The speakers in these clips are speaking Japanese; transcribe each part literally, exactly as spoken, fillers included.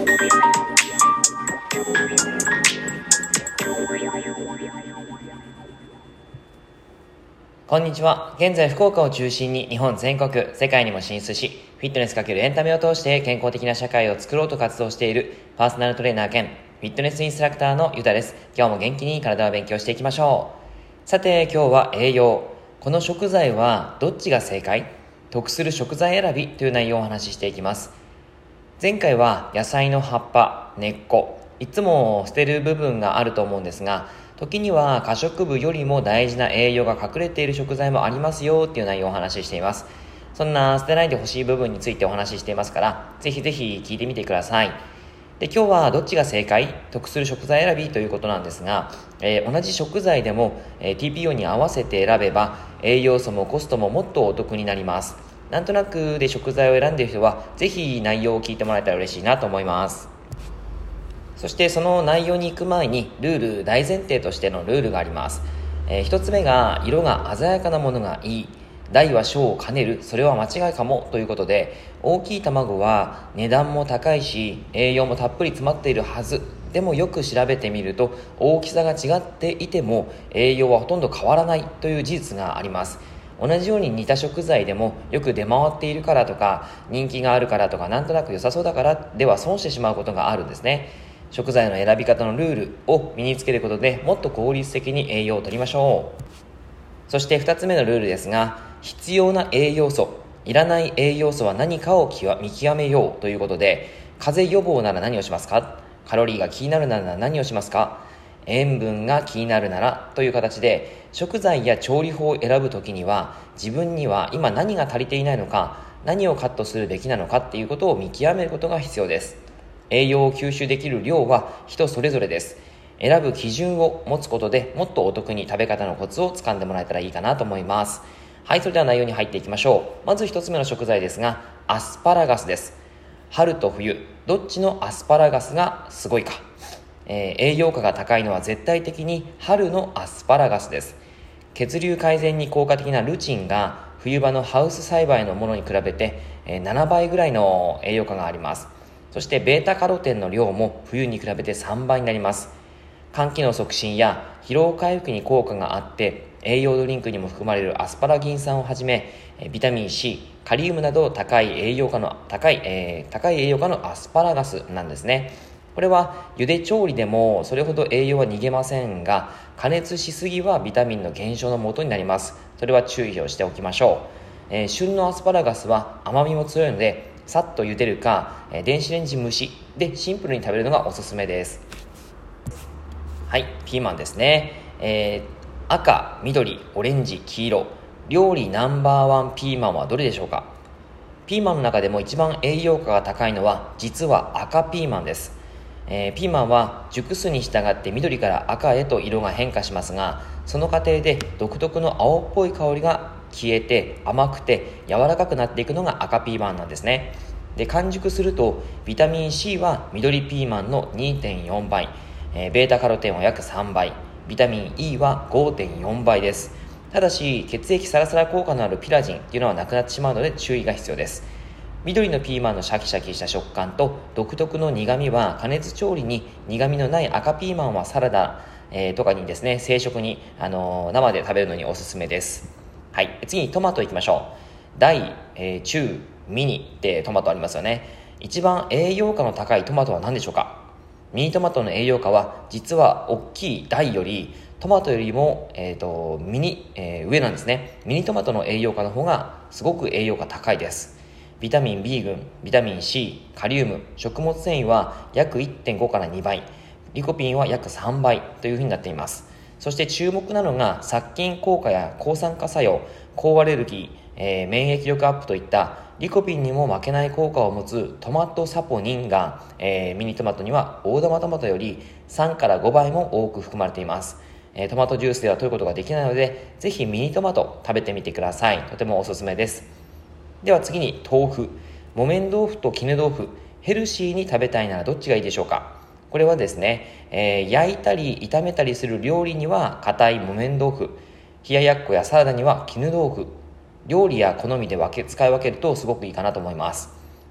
こんにちは。現在福岡を中心に日本全国、世界にも進出し、フィットネス×エンタメを通して健康的な社会を作ろうと活動しているパーソナルトレーナー兼フィットネスインストラクターのゆたです。今日も元気に体を勉強していきましょう。さて今日は栄養。この食材はどっちが正解？得する食材選びという内容をお話ししていきます。前回は野菜の葉っぱ、根っこ、いつも捨てる部分があると思うんですが、時には可食部よりも大事な栄養が隠れている食材もありますよっていう内容をお話ししています。そんな捨てないでほしい部分についてお話ししていますから、ぜひぜひ聞いてみてください。で、今日はどっちが正解？得する食材選びということなんですが、えー、同じ食材でも、えー、ティーピーオー に合わせて選べば栄養素もコストももっとお得になります。なんとなくで食材を選んでいる人はぜひ内容を聞いてもらえたら嬉しいなと思います。そしてその内容に行く前にルール、大前提としてのルールがあります。えー、一つ目が色が鮮やかなものがいい。大は小を兼ねる、それは間違いかもということで、大きい卵は値段も高いし栄養もたっぷり詰まっているはず。でもよく調べてみると大きさが違っていても栄養はほとんど変わらないという事実があります。同じように似た食材でもよく出回っているからとか人気があるからとかなんとなく良さそうだからでは損してしまうことがあるんですね。食材の選び方のルールを身につけることでもっと効率的に栄養を取りましょう。そしてふたつめのルールですが、必要な栄養素、いらない栄養素は何かを見極めようということで、風邪予防なら何をしますか？カロリーが気になるなら何をしますか？塩分が気になるならという形で、食材や調理法を選ぶときには自分には今何が足りていないのか、何をカットするべきなのかっていうことを見極めることが必要です。栄養を吸収できる量は人それぞれです。選ぶ基準を持つことでもっとお得に食べ方のコツをつかんでもらえたらいいかなと思います。はい、それでは内容に入っていきましょう。まず一つ目の食材ですが、アスパラガスです。春と冬、どっちのアスパラガスがすごいか。えー、栄養価が高いのは絶対的に春のアスパラガスです。血流改善に効果的なルチンが冬場のハウス栽培のものに比べてななばいぐらいの栄養価があります。そしてベータカロテンの量も冬に比べてさんばいになります。肝機能促進や疲労回復に効果があって栄養ドリンクにも含まれるアスパラギン酸をはじめビタミン C、カリウムなど高い栄養価の高い、えー、高い栄養価のアスパラガスなんですね。これは茹で調理でもそれほど栄養は逃げませんが、加熱しすぎはビタミンの減少の元になります。それは注意をしておきましょう。えー、旬のアスパラガスは甘みも強いので、さっと茹でるか、えー、電子レンジ蒸しでシンプルに食べるのがおすすめです。はい、ピーマンですね。えー、赤、緑、オレンジ、黄色、料理ナンバーワンピーマンはどれでしょうか？ピーマンの中でも一番栄養価が高いのは実は赤ピーマンです。えー、ピーマンは熟すに従って緑から赤へと色が変化しますが、その過程で独特の青っぽい香りが消えて甘くて柔らかくなっていくのが赤ピーマンなんですね。で、完熟するとビタミン C は緑ピーマンの にてんよんばい、えー、ベータカロテンは約さんばい、ビタミン E は ごてんよんばいです。ただし血液サラサラ効果のあるピラジンっていうのはなくなってしまうので注意が必要です。緑のピーマンのシャキシャキした食感と独特の苦味は加熱調理に、苦味のない赤ピーマンはサラダ、えー、とかにですね、生食に、あのー、生で食べるのにおすすめです。はい、次にトマトいきましょう。大、えー、中、ミニってトマトありますよね。一番栄養価の高いトマトは何でしょうか？ミニトマトの栄養価は実は大きい大よりトマトよりも、えーと、ミニ、えー、上なんですね。ミニトマトの栄養価の方がすごく栄養価高いです。ビタミン B 群、ビタミン C、カリウム、食物繊維は約 いってんご からにばい、リコピンは約さんばいというふうになっています。そして注目なのが殺菌効果や抗酸化作用、抗アレルギー、えー、免疫力アップといったリコピンにも負けない効果を持つトマトサポニンが、えー、ミニトマトには大玉トマトよりさんからごばいも多く含まれています。えー、トマトジュースでは取ることができないので、ぜひミニトマト食べてみてください。とてもおすすめです。では次に豆腐。木綿豆腐と絹豆腐、ヘルシーに食べたいならどっちがいいでしょうか？これはですね、えー、焼いたり炒めたりする料理には硬い木綿豆腐、冷ややっこやサラダには絹豆腐、料理や好みで分け使い分けるとすごくいいかなと思います。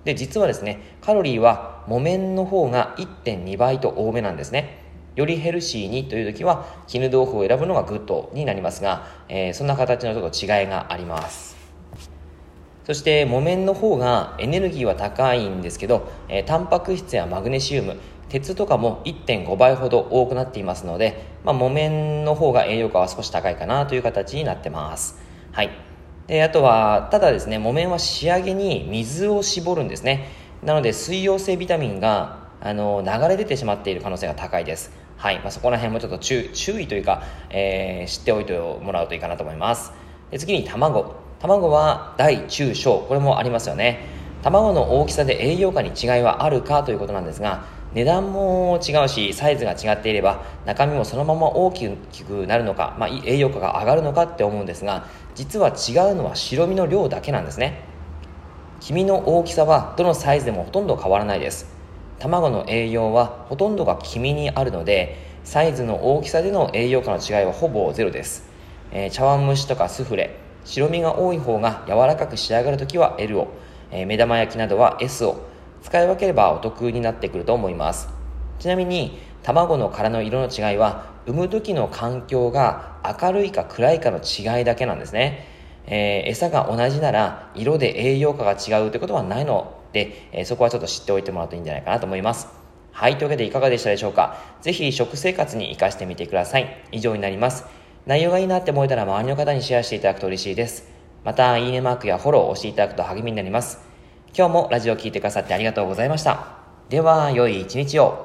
で、実はですね、カロリーは木綿の方が いってんに 倍と多めなんですね。よりヘルシーにという時は絹豆腐を選ぶのがグッドになりますが、えー、そんな形のちょっと違いがあります。そして木綿の方がエネルギーは高いんですけど、えー、タンパク質やマグネシウム、鉄とかも いってんご 倍ほど多くなっていますので、まあ、木綿の方が栄養価は少し高いかなという形になってます。はい。で、あとはただですね、木綿は仕上げに水を絞るんですね。なので水溶性ビタミンがあの流れ出てしまっている可能性が高いです。はい。まあ、そこら辺もちょっと注意というか、えー、知っておいてもらうといいかなと思います。で、次に卵。卵は大中小、これもありますよね。卵の大きさで栄養価に違いはあるかということなんですが、値段も違うしサイズが違っていれば中身もそのまま大きくなるのか、まあ、栄養価が上がるのかって思うんですが、実は違うのは白身の量だけなんですね。黄身の大きさはどのサイズでもほとんど変わらないです。卵の栄養はほとんどが黄身にあるので、サイズの大きさでの栄養価の違いはほぼゼロです。えー、茶碗蒸しとかスフレ、白身が多い方が柔らかく仕上がるときは エル を、えー、目玉焼きなどは エス を使い分ければお得になってくると思います。ちなみに卵の殻の色の違いは産む時の環境が明るいか暗いかの違いだけなんですね。えー、餌が同じなら色で栄養価が違うということはないので、えー、そこはちょっと知っておいてもらうといいんじゃないかなと思います。はい、というわけでいかがでしたでしょうか。ぜひ食生活に活かしてみてください。以上になります。内容がいいなって思えたら周りの方にシェアしていただくと嬉しいです。またいいねマークやフォローを押していただくと励みになります。今日もラジオを聞いてくださってありがとうございました。では良い一日を。